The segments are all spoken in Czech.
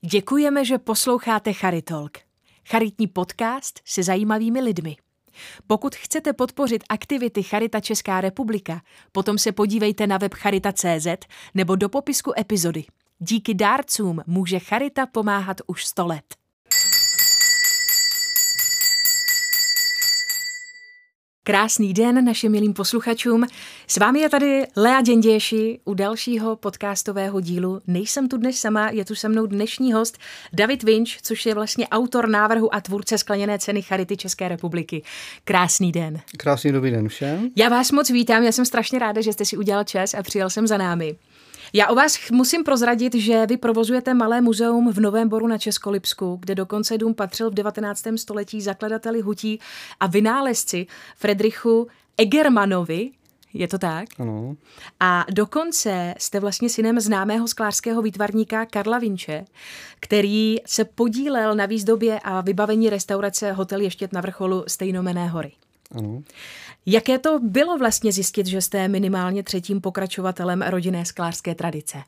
Děkujeme, že posloucháte Charitalk, charitní podcast se zajímavými lidmi. Pokud chcete podpořit aktivity Charita Česká republika, potom se podívejte na web charita.cz nebo do popisku epizody. Díky dárcům může Charita pomáhat už 100 let. Krásný den našim milým posluchačům. S vámi je tady Lea Děnděši u dalšího podcastového dílu. Nejsem tu dnes sama, je tu se mnou dnešní host David Vinč, což je vlastně autor návrhu a tvůrce skleněné ceny Charity České republiky. Krásný den. Krásný dobrý den všem. Já vás moc vítám, já jsem strašně ráda, že jste si udělal čas a přijel jsem za námi. Já o vás musím prozradit, že vy provozujete malé muzeum v Novém Boru na Českolipsku, kde dokonce dům patřil v 19. století zakladateli hutí a vynálezci Fridrichu Egermanovi. Je to tak? Ano. A dokonce jste vlastně synem známého sklářského výtvarníka Karla Vinče, který se podílel na výzdobě a vybavení restaurace Hotel Ještěd na vrcholu stejnojmenné hory. Ano. Jaké to bylo vlastně zjistit, že jste minimálně třetím pokračovatelem rodinné sklářské tradice?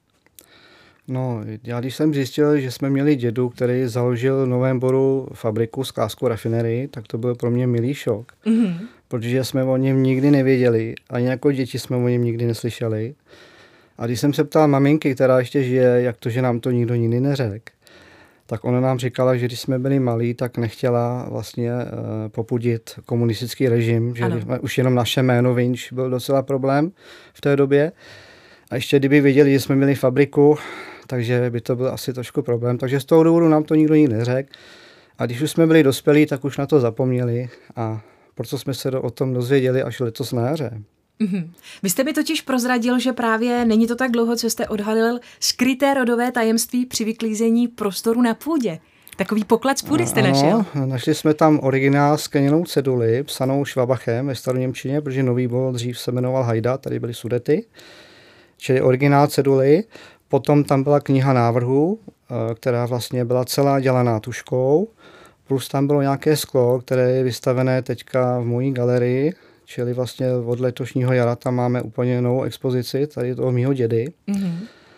No, já když jsem zjistil, že jsme měli dědu, který založil v Novém Boru fabriku, sklářskou rafinerii, tak to byl pro mě milý šok. Mm-hmm. Protože jsme o něm nikdy nevěděli, ani jako děti jsme o něm nikdy neslyšeli. A když jsem se ptal maminky, která ještě žije, jak to, že nám to nikdo nikdy neřekl, tak ona nám říkala, že když jsme byli malí, tak nechtěla vlastně popudit komunistický režim, že už jenom naše jméno Vinč byl docela problém v té době. A ještě kdyby věděli, že jsme měli fabriku, takže by to byl asi trošku problém. Takže z toho důvodu nám to nikdo nikdy neřekl. A když už jsme byli dospělí, tak už na to zapomněli a proto jsme se o tom dozvěděli až letos na jaře. Mm-hmm. Vy jste mi totiž prozradil, že právě není to tak dlouho, co jste odhalil skryté rodové tajemství při vyklízení prostoru na půdě. Takový poklad z půdy jste našel. Našli jsme tam originál skleněnou ceduli, psanou Švabachem ve staroněmčině, protože Nový Bor dřív se jmenoval Hajda, tady byly Sudety, čili originál ceduly. Potom tam byla kniha návrhů, která vlastně byla celá dělaná tužkou, plus tam bylo nějaké sklo, které je vystavené teďka v mojí galerii, čili vlastně od letošního jara tam máme úplně novou expozici tady toho mýho dědy. Mm-hmm.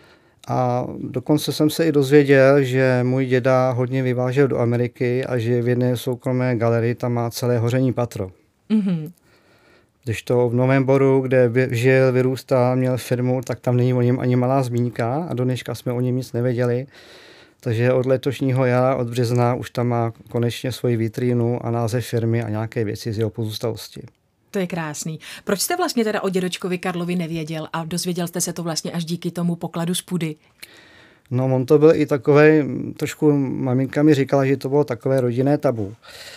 A dokonce jsem se i dozvěděl, že můj děda hodně vyvážel do Ameriky a že v jedné soukromé galerii tam má celé hoření patro. Mm-hmm. Když to v Novém Boru, kde žil, vyrůstal, měl firmu, tak tam není o něm ani malá zmínka a do dneška jsme o něm nic nevěděli. Takže od letošního jara, od března, už tam má konečně svoji vitrínu a název firmy a nějaké věci z jeho pozůstalosti. To je krásný. Proč jste vlastně teda o dědočkovi Karlovi nevěděl a dozvěděl jste se to vlastně až díky tomu pokladu z půdy? No, on to byl i takovej, trošku maminka mi říkala, že to bylo takové rodinné tabu.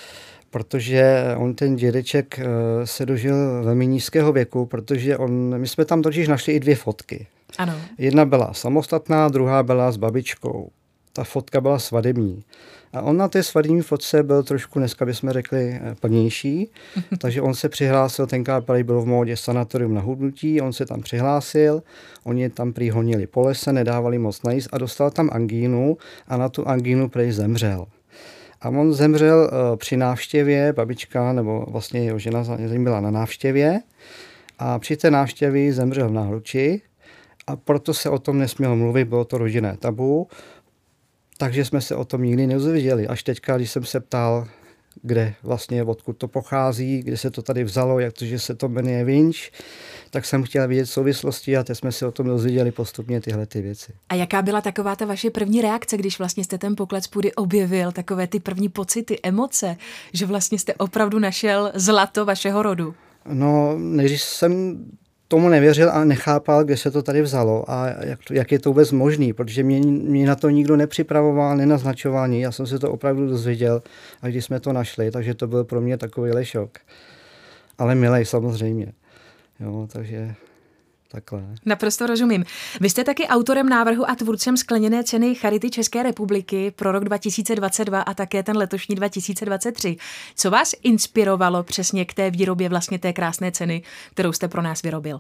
Protože on, ten dědeček, se dožil velmi nízkého věku, protože my jsme tam totiž našli i 2 fotky. Ano. Jedna byla samostatná, druhá byla s babičkou. Ta fotka byla svadební. A on na té svadební fotce byl trošku, dneska bychom řekli, plnější, takže on se přihlásil, tenkrát byl v módě sanatorium na hubnutí, on se tam přihlásil, oni tam prý honili po lese, nedávali moc najíst a dostal tam angínu a na tu angínu prý zemřel. A on zemřel při návštěvě, babička, nebo vlastně jeho žena byla na návštěvě a při té návštěvě zemřel v náruči a proto se o tom nesmělo mluvit, bylo to rodinné tabu. Takže jsme se o tom nikdy nedozvěděli. Až teďka, když jsem se ptal, kde vlastně, odkud to pochází, kde se to tady vzalo, jak to, že se to jmenuje Vinč, tak jsem chtěl vidět souvislosti a teď jsme se o tom dozvěděli postupně tyhle ty věci. A jaká byla taková ta vaše první reakce, když vlastně jste ten poklad z půdy objevil, takové ty první pocity, emoce, že vlastně jste opravdu našel zlato vašeho rodu? No, než jsem tomu nevěřil a nechápal, kde se to tady vzalo a jak je to vůbec možný, protože mě na to nikdo nepřipravoval, nenaznačoval, já jsem se to opravdu dozvěděl, až když jsme to našli, takže to byl pro mě takovýhle šok. Ale milej samozřejmě. Jo, takže takhle. Naprosto rozumím. Vy jste taky autorem návrhu a tvůrcem skleněné ceny Charity České republiky pro rok 2022 a také ten letošní 2023. Co vás inspirovalo přesně k té výrobě vlastně té krásné ceny, kterou jste pro nás vyrobil?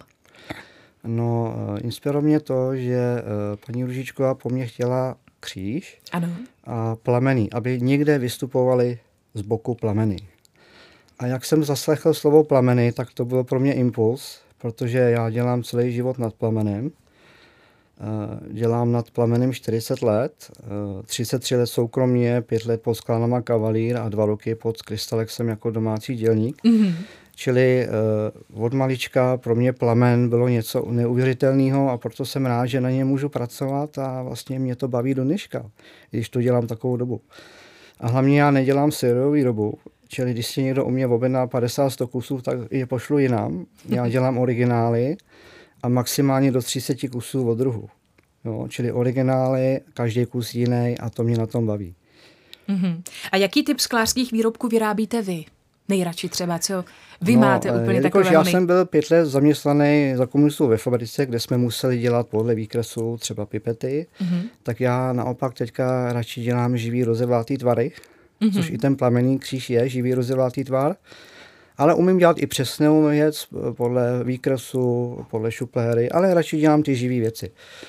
No, inspirovalo mě to, že paní Růžičková po mně chtěla kříž. Ano. A plameny, aby někde vystupovaly z boku plameny. A jak jsem zaslechl slovo plameny, tak to byl pro mě impuls, protože já dělám celý život nad plamenem. Dělám nad plamenem 40 let, 33 let soukromně, 5 let pod Sklanama Kavalír a 2 roky pod Krystalexem jako domácí dělník. Mm-hmm. Čili od malička pro mě plamen bylo něco neuvěřitelného a proto jsem rád, že na ně můžu pracovat a vlastně mě to baví do dneška, když to dělám takovou dobu. A hlavně já nedělám sériovou výrobu, čili když si někdo u mě objedná 50-100 kusů, tak je pošlu jinam. Já dělám originály a maximálně do 30 kusů od druhu. Jo, čili originály, každý kus jiný a to mě na tom baví. Mm-hmm. A jaký typ sklářských výrobků vyrábíte vy? Nejradši třeba, co vy máte úplně takového? Já jsem byl 5 let zaměstnaný za komunistů ve fabrice, kde jsme museli dělat podle výkresu třeba pipety, tak já naopak teďka radši dělám živý rozevlátý tvary, což i ten plamenný kříž je živý rozevlátý tvar, ale umím dělat i přesnou věc podle výkresu, podle šupléry, ale radši dělám ty živý věci.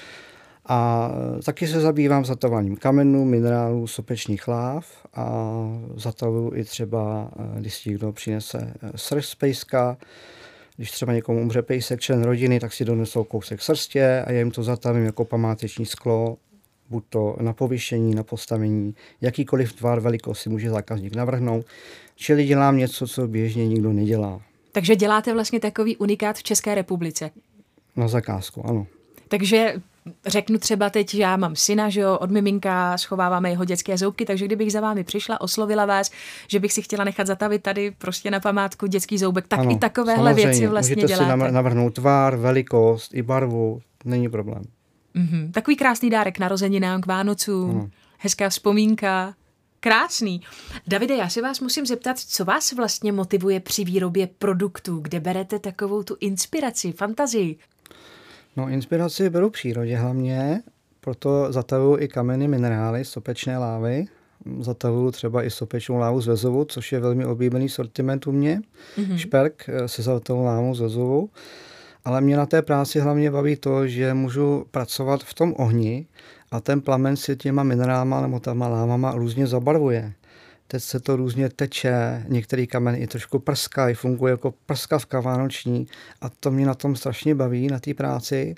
A taky se zabývám zataváním kamenů, minerálů, sopečních láv a zatavuju i třeba, když si někdo přinese srst z pejska, když třeba někomu umře pejsek, člen rodiny, tak si donesou kousek srstě a já jim to zatavím jako památeční sklo, buď to na povyšení, na postavení, jakýkoliv tvar, velikost si může zákazník navrhnout. Čili dělám něco, co běžně nikdo nedělá. Takže děláte vlastně takový unikát v České republice? Na zakázku, ano. Takže řeknu třeba teď, že já mám syna, že jo, od miminka schováváme jeho dětské zoubky, takže kdybych za vámi přišla, oslovila vás, že bych si chtěla nechat zatavit tady prostě na památku dětský zoubek, tak ano, i takovéhle věci vlastně můžete děláte. Můžete si navrhnout tvar, velikost i barvu, není problém. Mm-hmm. Takový krásný dárek narozeninám k Vánocům, hezká vzpomínka. Krásný. Davide, já se vás musím zeptat, co vás vlastně motivuje při výrobě produktů, kde berete takovou tu inspiraci, fantazii? No, inspiraci beru v přírodě hlavně, proto zatavuju i kameny, minerály, sopečné lávy. Zatavuju třeba i sopečnou lávu z Vezovu, což je velmi oblíbený sortiment u mě. Mm-hmm. Šperk se zatavuju lávou z Vezovu. Ale mě na té práci hlavně baví to, že můžu pracovat v tom ohni a ten plamen si těma minerálama nebo těma lávama různě zabarvuje. Teď se to různě teče, některý kameny i trošku prskají, funguje jako prskavka vánoční a to mě na tom strašně baví, na té práci.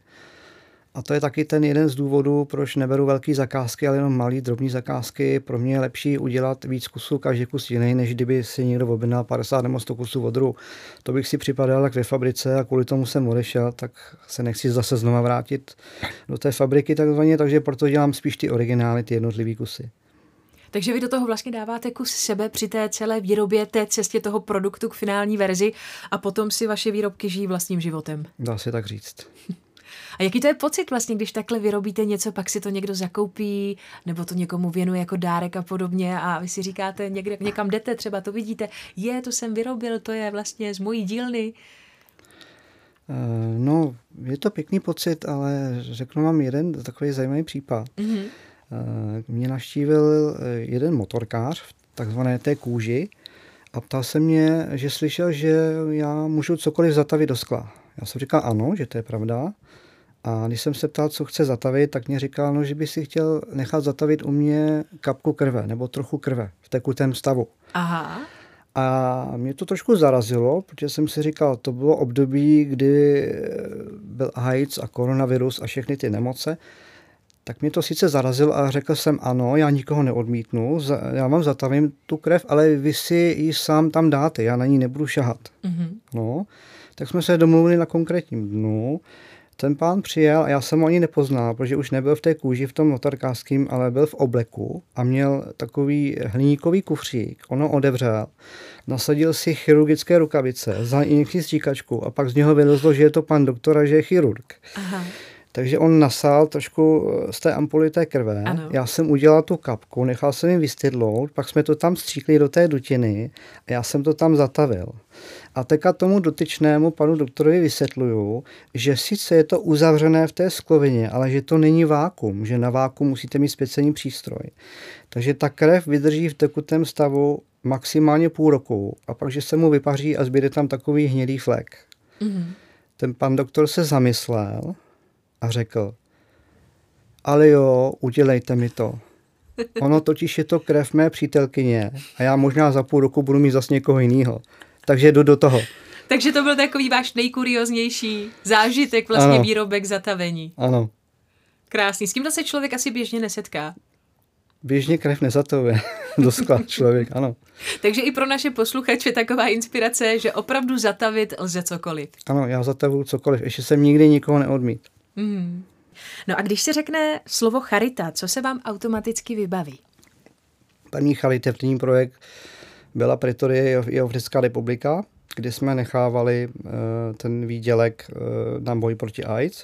A to je taky ten jeden z důvodů, proč neberu velký zakázky, ale jenom malý, drobný zakázky. Pro mě je lepší udělat víc kusů, každý kus jiný, než kdyby si někdo objednal 50 nebo 100 kusů od druhu. To bych si připadal jak ve fabrice a kvůli tomu jsem odešel, tak se nechci zase znova vrátit do té fabriky takzvaně, takže proto dělám spíš ty originály, ty jednotlivý kusy. Takže vy do toho vlastně dáváte kus sebe při té celé výrobě, té cestě toho produktu k finální verzi a potom si vaše výrobky žijí vlastním životem. Dá se tak říct. A jaký to je pocit vlastně, když takhle vyrobíte něco, pak si to někdo zakoupí, nebo to někomu věnuje jako dárek a podobně a vy si říkáte, někam jdete, třeba to vidíte, to jsem vyrobil, to je vlastně z mojí dílny. No, je to pěkný pocit, ale řeknu vám jeden takový zajímavý případ. Mm-hmm. Mě navštívil jeden motorkář v takzvané té kůži a ptal se mě, že slyšel, že já můžu cokoliv zatavit do skla. Já jsem říkal ano, že to je pravda. A když jsem se ptal, co chce zatavit, tak mě říkal, že by si chtěl nechat zatavit u mě kapku krve nebo trochu krve v tekutém stavu. Aha. A mě to trošku zarazilo, protože jsem si říkal, to bylo období, kdy byl AIDS a koronavirus a všechny ty nemoce. Tak mě to sice zarazilo a řekl jsem ano, já nikoho neodmítnu, já vám zatavím tu krev, ale vy si ji sám tam dáte, já na ní nebudu šahat. Mm-hmm. No, tak jsme se domluvili na konkrétním dnu. Ten pán přijel a já jsem ho ani nepoznal, protože už nebyl v té kůži, v tom notarkářském, ale byl v obleku a měl takový hliníkový kufřík. Ono otevřel, nasadil si chirurgické rukavice, vzal injekční stříkačku a pak z něho vylezlo, že je to pan doktor a že je chirurg. Aha. Takže on nasál trošku z té ampuly té krve. Ano. Já jsem udělal tu kapku, nechal jsem ji vystydlout, pak jsme to tam stříkli do té dutiny a já jsem to tam zatavil. A teďka tomu dotyčnému panu doktorovi vysvětluju, že sice je to uzavřené v té sklovině, ale že to není vákuum, že na vákuum musíte mít speciální přístroj. Takže ta krev vydrží v tekutém stavu maximálně půl roku a pak, že se mu vypaří a zbyde tam takový hnědý flek. Mm-hmm. Ten pan doktor se zamyslel a řekl, ale jo, udělejte mi to. Ono totiž je to krev mé přítelkyně a já možná za půl roku budu mít zase někoho jiného. Takže jdu do toho. Takže to byl takový váš nejkurioznější zážitek, vlastně ano. Výrobek zatavení. Ano. Krásný. S tímto se člověk asi běžně nesetká. Běžně krev nezatové, doslova člověk, ano. Takže i pro naše posluchače taková inspirace, že opravdu zatavit lze cokoliv. Ano, já zatavuju cokoliv, ještě jsem nikdy nikoho neodmít. No a když se řekne slovo charita, co se vám automaticky vybaví? První charitativní projekt byla Pretorie Jihoafrická republika, kde jsme nechávali ten výdělek na boj proti AIDS.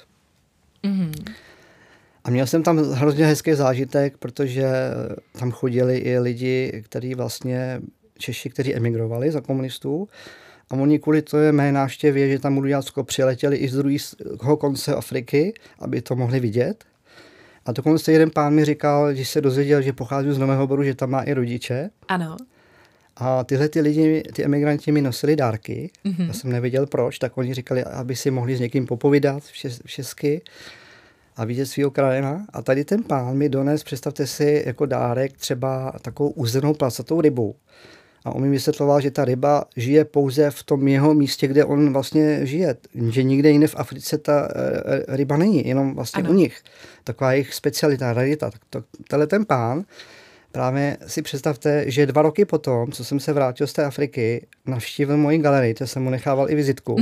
A měl jsem tam hrozně hezký zážitek, protože tam chodili i lidi, kteří vlastně Češi, kteří emigrovali za komunistů. A oni kvůli té mé návštěvě, že tam budu dělat, přiletěli i z druhého konce Afriky, aby to mohli vidět. A dokonce jeden pán mi říkal, když se dozvěděl, že pochází z Nového Boru, že tam má i rodiče. Ano. A tyhle ty lidi, ty emigranti mi nosili dárky. Já jsem nevěděl proč, tak oni říkali, aby si mohli s někým popovídat v česky a vidět svýho krajina. A tady ten pán mi dones, představte si, jako dárek třeba takovou územnou placatou rybu. A on mi vysvětloval, že ta ryba žije pouze v tom jeho místě, kde on vlastně žije. Že nikde jinde v Africe ta ryba není, jenom vlastně u nich. Taková jejich specialita, rarita. Tenhle ten pán, právě si představte, že 2 roky potom, co jsem se vrátil z té Afriky, navštívil moji galerii, to jsem mu nechával i vizitku.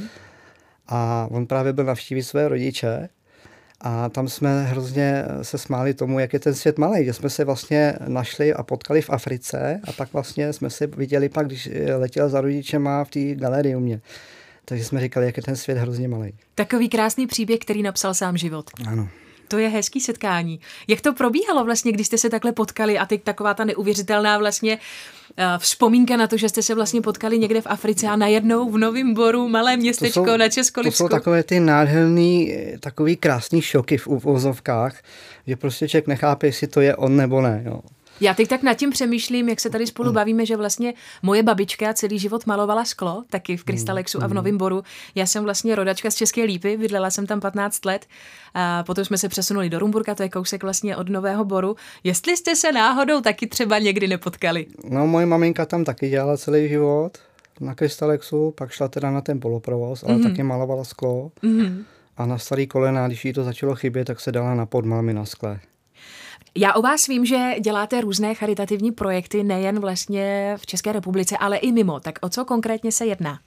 A on právě byl navštívit své rodiče. A tam jsme hrozně se smáli tomu, jak je ten svět malý, že jsme se vlastně našli a potkali v Africe a pak vlastně jsme se viděli pak, když letěl za rodičema v té galerii u mě. Takže jsme říkali, jak je ten svět hrozně malý. Takový krásný příběh, který napsal sám život. Ano. To je hezký setkání. Jak to probíhalo vlastně, když jste se takhle potkali a teď taková ta neuvěřitelná vlastně vzpomínka na to, že jste se vlastně potkali někde v Africe a najednou v Novém Boru, malé městečko na Českolipsku. To jsou takové ty nádherný, takový krásný šoky v uvozovkách, že prostě člověk nechápe, jestli to je on nebo ne. Jo. Já teď tak nad tím přemýšlím, jak se tady spolu bavíme, že vlastně moje babička celý život malovala sklo, taky v Krystalexu a v Novém Boru. Já jsem vlastně rodačka z České Lípy, bydlela jsem tam 15 let a potom jsme se přesunuli do Rumburka, to je kousek vlastně od Nového Boru. Jestli jste se náhodou taky třeba někdy nepotkali? No, moje maminka tam taky dělala celý život na Krystalexu, pak šla teda na ten poloprovoz, ale taky malovala sklo. A na starý kolena, když jí to začalo chybět, tak se dala na podmalmy na skle. Já o vás vím, že děláte různé charitativní projekty nejen vlastně v České republice, ale i mimo. Tak o co konkrétně se jedná?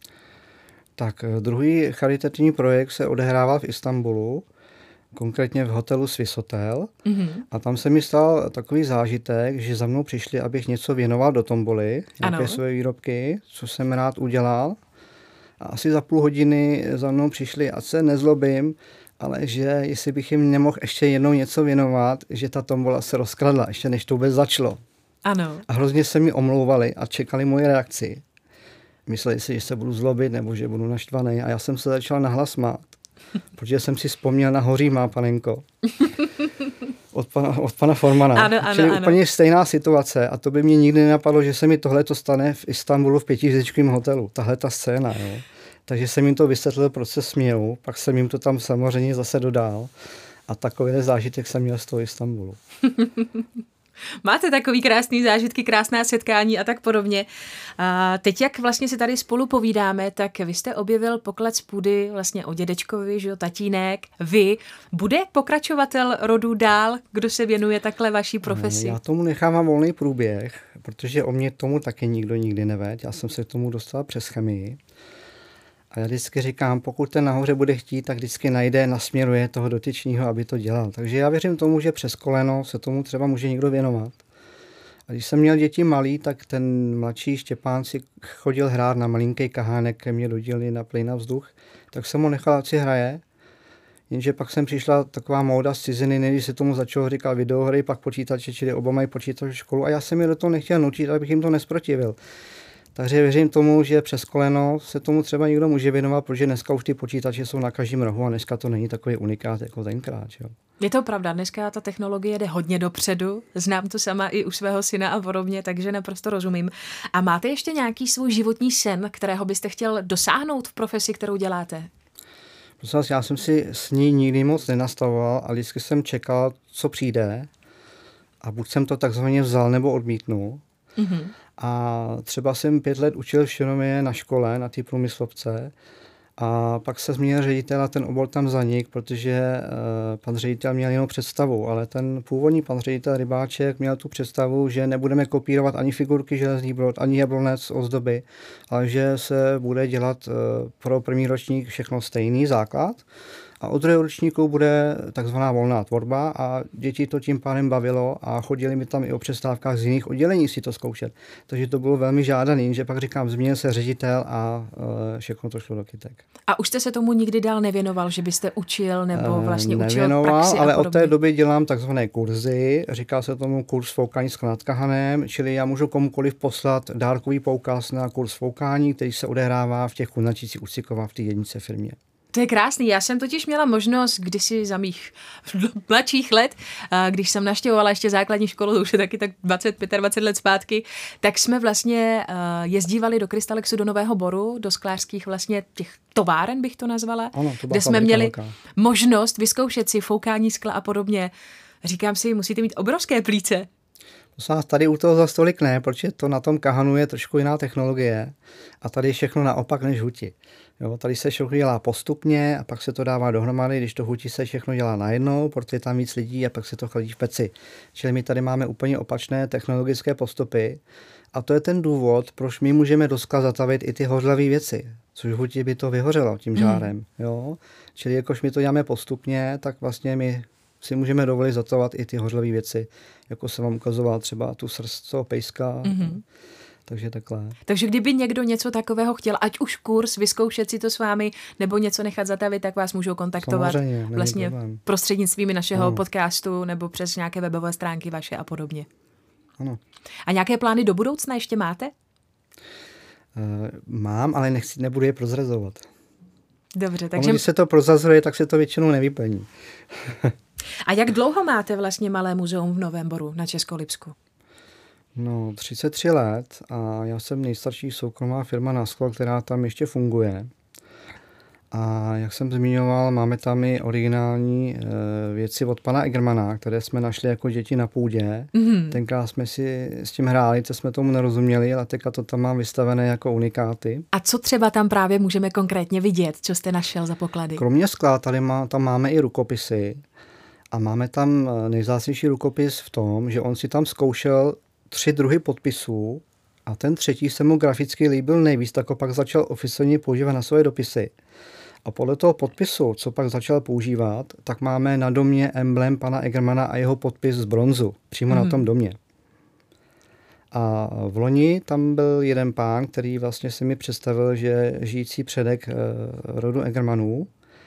Tak druhý charitativní projekt se odehrává v Istanbulu, konkrétně v hotelu Swiss Hotel. A tam se mi stal takový zážitek, že za mnou přišli, abych něco věnoval do tomboly, nějaké své výrobky, co jsem rád udělal. A asi za půl hodiny za mnou přišli, ať se nezlobím, ale že jestli bych jim nemohl ještě jednou něco věnovat, že ta tombola se rozkladla, ještě než to vůbec začalo. Ano. A hrozně se mi omlouvali a čekali moji reakci. Mysleli si, že se budu zlobit nebo že budu naštvaný a já jsem se začal nahlas smát, protože jsem si vzpomněl na Hoří má panenko. Od pana Formana. Ano. Úplně stejná situace a to by mě nikdy nenapadlo, že se mi tohleto stane v Istanbulu v 5hvězdičkovém hotelu. Tahle ta scéna, jo. Takže jsem jim to vysvětlil, proč se smějou, pak jsem jim to tam samozřejmě zase dodal a takový zážitek jsem měl z toho Istanbulu. Máte takový krásný zážitky, krásná setkání a tak podobně. A teď, jak vlastně si tady spolu povídáme, tak vy jste objevil poklad z půdy vlastně o dědečkovi, že jo, tatínek, vy. Bude pokračovatel rodu dál, kdo se věnuje takhle vaší profesi? Já tomu nechávám volný průběh, protože o mě tomu taky nikdo nikdy nevedl. Já jsem se k tomu dostal přes chemii. A já vždycky říkám, pokud ten nahoře bude chtít, tak vždycky najde, nasměruje toho dotyčního, aby to dělal. Takže já věřím tomu, že přes koleno se tomu třeba může někdo věnovat. A když jsem měl děti malý, tak ten mladší Štěpán si chodil hrát na malinký kahánek ke mně do dílny na plyn a vzduch, tak jsem ho nechal, ať si hraje. Jenže pak jsem přišla taková móda z ciziny, než se tomu začalo říkat videohry, pak počítače, čili oba mají počítač v školu a já jsem je do toho nechtěl nutit, abych jim to nesprotivil. Takže věřím tomu, že přes koleno se tomu třeba někdo může věnovat, protože dneska už ty počítače jsou na každém rohu a dneska to není takový unikát jako tenkrát. Jo. Je to pravda, dneska ta technologie jde hodně dopředu, znám to sama i u svého syna a podobně, takže naprosto rozumím. A máte ještě nějaký svůj životní sen, kterého byste chtěl dosáhnout v profesi, kterou děláte? Prosím, já jsem si s ní nikdy moc nenastavoval a vždycky jsem čekal, co přijde a buď jsem to takzvaně vzal nebo odmítnul. A třeba jsem 5 let učil šinomě na škole, na té průmyslovce A pak se změnil ředitel a ten obor tam zanik, protože pan ředitel měl jinou představu, ale ten původní pan ředitel Rybáček měl tu představu, že nebudeme kopírovat ani figurky Železný Brod, ani Jablonec, ozdoby, ale že se bude dělat pro první ročník všechno stejný základ. A od druhého ročníku bude takzvaná volná tvorba a děti to tím pádem bavilo a chodili mi tam i o přestávkách z jiných oddělení si to zkoušet. Takže to bylo velmi žádaný, že pak říkám, změnil se ředitel a všechno to šlo do kytek. A už jste se tomu nikdy dál nevěnoval, že byste učil nebo vlastně učil praxi a ale podobně? od té doby dělám takzvané kurzy, říká se tomu kurz foukání s kladkahanem, čili já můžu komukoliv poslat dárkový poukaz na kurz foukání, který se odehrává v těch Kunraticích u Cykova v té jednice firmě. To je krásný. Já jsem totiž měla možnost kdysi za mých mladších let, když jsem navštěvovala ještě základní školu, to už je taky tak 25 let zpátky, tak jsme vlastně jezdívali do Krystalexu do Nového Boru, do sklářských vlastně těch továren bych to nazvala, ano, to kde jsme měli možnost vyzkoušet si foukání skla a podobně. Říkám si, musíte mít obrovské plíce. Tady u toho zas tolik ne, protože to na tom kahanu je trošku jiná technologie a tady je všechno naopak než huti. Jo, tady se všechno dělá postupně a pak se to dává dohromady, když to huti se všechno dělá najednou, protože je tam víc lidí a pak se to chladí v peci. Čili my tady máme úplně opačné technologické postupy a to je ten důvod, proč my můžeme do skla zatavit i ty hořlavé věci, což huti by to vyhořelo tím žárem. Jo? Čili jakož my to děláme postupně, tak vlastně my si můžeme dovolit zatovat i ty hořlavé věci, jako jsem vám ukazoval třeba tu srst toho pejska. Takže takhle. Takže kdyby někdo něco takového chtěl, ať už kurz, vyzkoušet si to s vámi, nebo něco nechat zatavit, tak vás můžou kontaktovat vlastně prostřednictvím našeho podcastu nebo přes nějaké webové stránky vaše a podobně. Ano. A nějaké plány do budoucna ještě máte? Mám, ale nebudu je prozrazovat. Dobře, takže... Když se to prozrazuje, tak se to většinou nevyplní. A jak dlouho máte vlastně Malé muzeum v Novém Boru na Českolipsku? No, 33 let a já jsem nejstarší soukromá firma na sklo, která tam ještě funguje. A jak jsem zmiňoval, máme tam i originální věci od pana Egermana, které jsme našli jako děti na půdě. Tenkrát jsme si s tím hráli, to jsme tomu nerozuměli, ale teďka to tam mám vystavené jako unikáty. A co třeba tam právě můžeme konkrétně vidět, co jste našel za poklady? Kromě skla tam máme i rukopisy a máme tam nejvzácnější rukopis v tom, že on si tam zkoušel 3 druhy podpisů a ten třetí se mu graficky líbil nejvíc, tak ho pak začal oficiálně používat na své dopisy. A podle toho podpisu, co pak začal používat, tak máme na domě emblém pana Egermana a jeho podpis z bronzu, přímo na tom domě. A v loni tam byl jeden pán, který vlastně si mi představil, že žijící předek rodu Egermanů.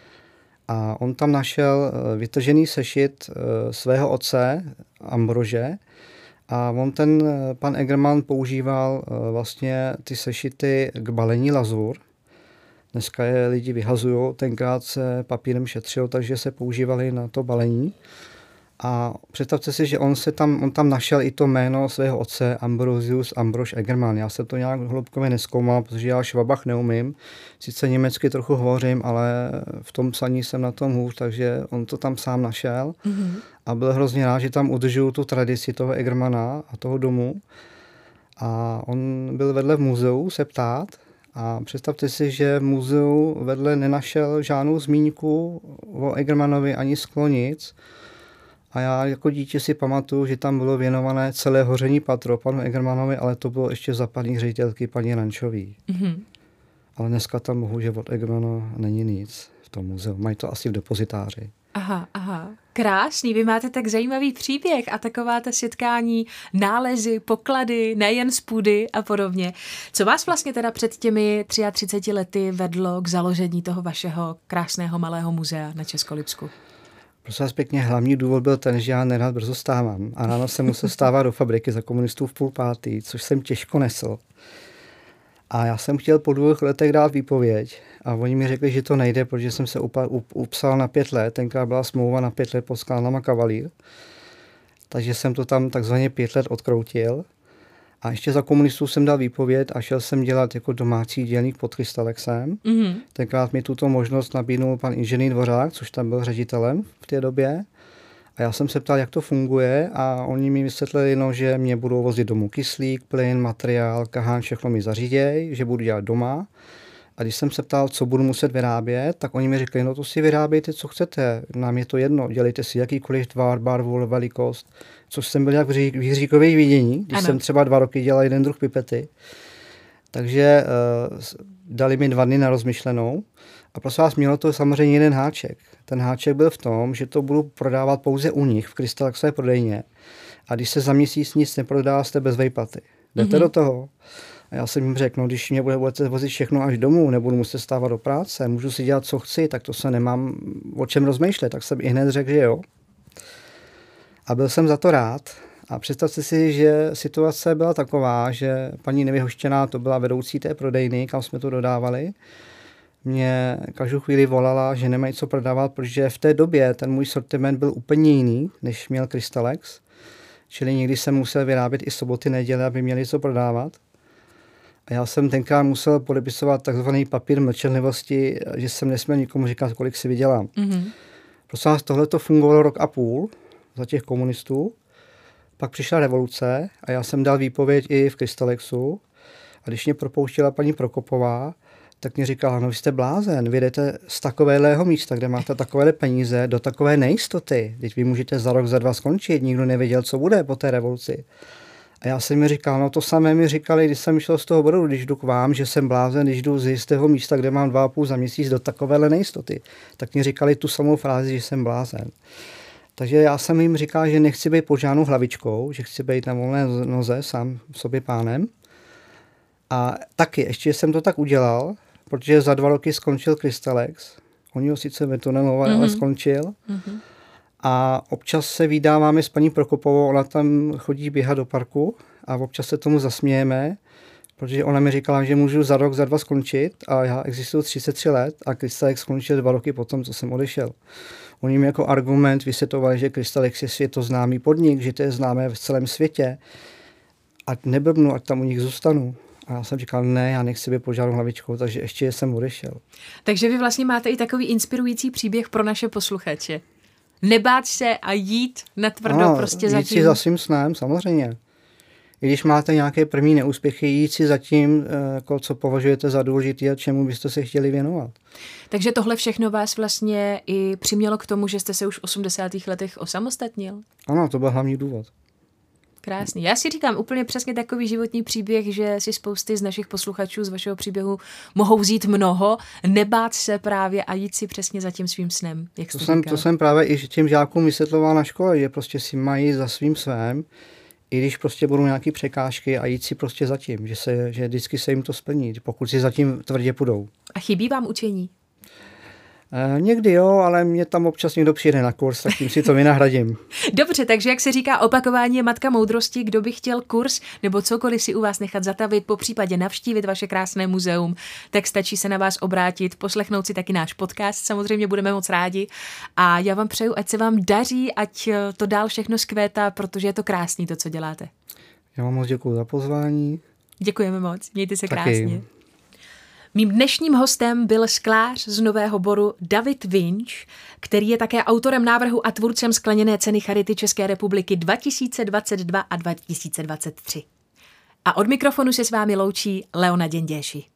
A on tam našel vytržený sešit svého otce Ambrože. A on pan Egerman používal vlastně ty sešity k balení lazur. Dneska je lidi vyhazují, tenkrát se papírem šetřil, takže se používali na to balení. A představte si, že on tam našel i to jméno svého otce Ambrosius Ambrož Egerman. Já jsem to nějak hloubkově nezkoumal, protože já Schwabach neumím. Sice německy trochu hovořím, ale v tom psaní jsem na tom hůř, takže on to tam sám našel. A byl hrozně rád, že tam udržuju tu tradici toho Egermana a toho domu. A on byl vedle v muzeu se ptát. A představte si, že v muzeu vedle nenašel žádnou zmínku o Egermanovi ani sklo nic. A já jako dítě si pamatuju, že tam bylo věnované celé hoření patro panu Egermanovi, ale to bylo ještě za paní ředitelky paní Rančový. Ale dneska tam bohužel od Egermana není nic v tom muzeu. Mají to asi v depozitáři. Aha. Krásný, vy máte tak zajímavý příběh a taková ta setkání, nálezy, poklady, nejen z půdy a podobně. Co vás vlastně teda před těmi 33 lety vedlo k založení toho vašeho krásného malého muzea na Českolipsku? Prosím vás pěkně, hlavní důvod byl ten, že já nerad brzo stávám a ráno jsem musel stávat do fabriky za komunistů v 4:30, což jsem těžko nesl. A já jsem chtěl po 2 letech dát výpověď a oni mi řekli, že to nejde, protože jsem se upsal na 5 let, tenkrát byla smlouva na 5 let pod Sklánama Kavalír, takže jsem to tam takzvaně 5 let odkroutil. A ještě za komunistů jsem dal výpověď a šel jsem dělat jako domácí dělník pod Krystalexem. Tenkrát mi tuto možnost nabídnul pan inženýr Dvořák, což tam byl ředitelem v té době. A já jsem se ptal, jak to funguje a oni mi vysvětlili, že mě budou vozit domů kyslík, plyn, materiál, kahán, všechno mi zaříděj, že budu dělat doma, A když jsem se ptal, co budu muset vyrábět, tak oni mi řekli, no to si vyrábějte, co chcete, nám je to jedno, dělejte si jakýkoliv tvar, barvu, velikost, což jsem byl jak v výříkových vidění, když jsem třeba 2 roky dělal jeden druh pipety. Takže dali mi 2 dny na rozmyšlenou a prosím vás, mělo to samozřejmě jeden háček. Ten háček byl v tom, že to budu prodávat pouze u nich v Krystalaxové prodejně a když se za měsíc nic neprodá, jste bez vejplaty. Jdete do toho? A já jsem jim řekl, no když mě budete vozit všechno až domů, nebudu muset stávat do práce, můžu si dělat, co chci, tak to se nemám o čem rozmýšlet, tak jsem i hned řekl, že jo. A byl jsem za to rád. A představte si, že situace byla taková, že paní Nevyhoštěná, to byla vedoucí té prodejny, kam jsme to dodávali, mě každou chvíli volala, že nemají co prodávat, protože v té době ten můj sortiment byl úplně jiný, než měl Crystalex. Čili někdy jsem musel vyrábět i soboty, neděle, aby měli co prodávat. A já jsem tenkrát musel podepisovat takzvaný papír mlčenlivosti, že jsem nesměl nikomu říkat, kolik si vydělám. Prosím vás, tohle to fungovalo 1,5 roku za těch komunistů. Pak přišla revoluce a já jsem dal výpověď i v Crystalexu. A když mě propouštěla paní Prokopová, tak mě říkala, no vy jste blázen, vy jdete z takového místa, kde máte takovéhle peníze, do takové nejistoty. Teď vy můžete za rok, za 2 skončit, nikdo nevěděl, co bude po té revoluci. A já jsem mi říkal, no to samé mi říkali, když jsem šel z toho bodu, když jdu k vám, že jsem blázen, když jdu z jistého místa, kde mám 2,5 za měsíc do takovéhle nejistoty. Tak mi říkali tu samou frázi, že jsem blázen. Takže já jsem jim říkal, že nechci být pod žádnou hlavičkou, že chci být na volné noze sám sobě pánem. A taky, ještě jsem to tak udělal, protože za 2 roky skončil Crystalex. Oni ho sice vytunelovali, ale skončil. A občas se vídáváme s paní Prokopovou, ona tam chodí běhat do parku a občas se tomu zasmějeme, protože ona mi říkala, že můžu za rok, za 2 skončit a já existuju 33 let a Crystalex skončil 2 roky potom, co jsem odešel. Oni mi jako argument vysvětlovali, že Crystalex je světoznámý podnik, že to je známé v celém světě. A neblbnu, ať tam u nich zůstanu. A já jsem říkal, ne, já nechci být pod žádnou hlavičkou, takže ještě jsem odešel. Takže vy vlastně máte i takový inspirující příběh pro naše posluchače. Nebát se a jít natvrdo prostě za tím. Jít si za svým snem, samozřejmě. I když máte nějaké první neúspěchy, jít si za tím, jako co považujete za důležitý a čemu byste se chtěli věnovat. Takže tohle všechno vás vlastně i přimělo k tomu, že jste se už v 80. letech osamostatnil? Ano, to byl hlavní důvod. Krásný. Já si říkám úplně přesně takový životní příběh, že si spousty z našich posluchačů z vašeho příběhu mohou vzít mnoho, nebát se právě a jít si přesně za tím svým snem, jak jste říkal. To jsem právě i těm žákům vysvětloval na škole, že prostě si mají za svým svém, i když prostě budou nějaké překážky a jít si prostě za tím, že vždycky se jim to splní, pokud si zatím tvrdě půjdou. A chybí vám učení? Někdy jo, ale mě tam občas někdo přijde na kurz, tak tím si to vynahradím. Dobře, takže jak se říká, opakování je matka moudrosti. Kdo by chtěl kurz nebo cokoliv si u vás nechat zatavit, popřípadě navštívit vaše krásné muzeum, tak stačí se na vás obrátit, poslechnout si taky náš podcast, samozřejmě budeme moc rádi. A já vám přeju, ať se vám daří, ať to dál všechno zkvétá, protože je to krásný to, co děláte. Já vám moc děkuju za pozvání. Děkujeme moc, mějte se krásně. Mým dnešním hostem byl sklář z Nového Boru David Vinč, který je také autorem návrhu a tvůrcem skleněné ceny Charity České republiky 2022 a 2023. A od mikrofonu se s vámi loučí Leona Děnděši.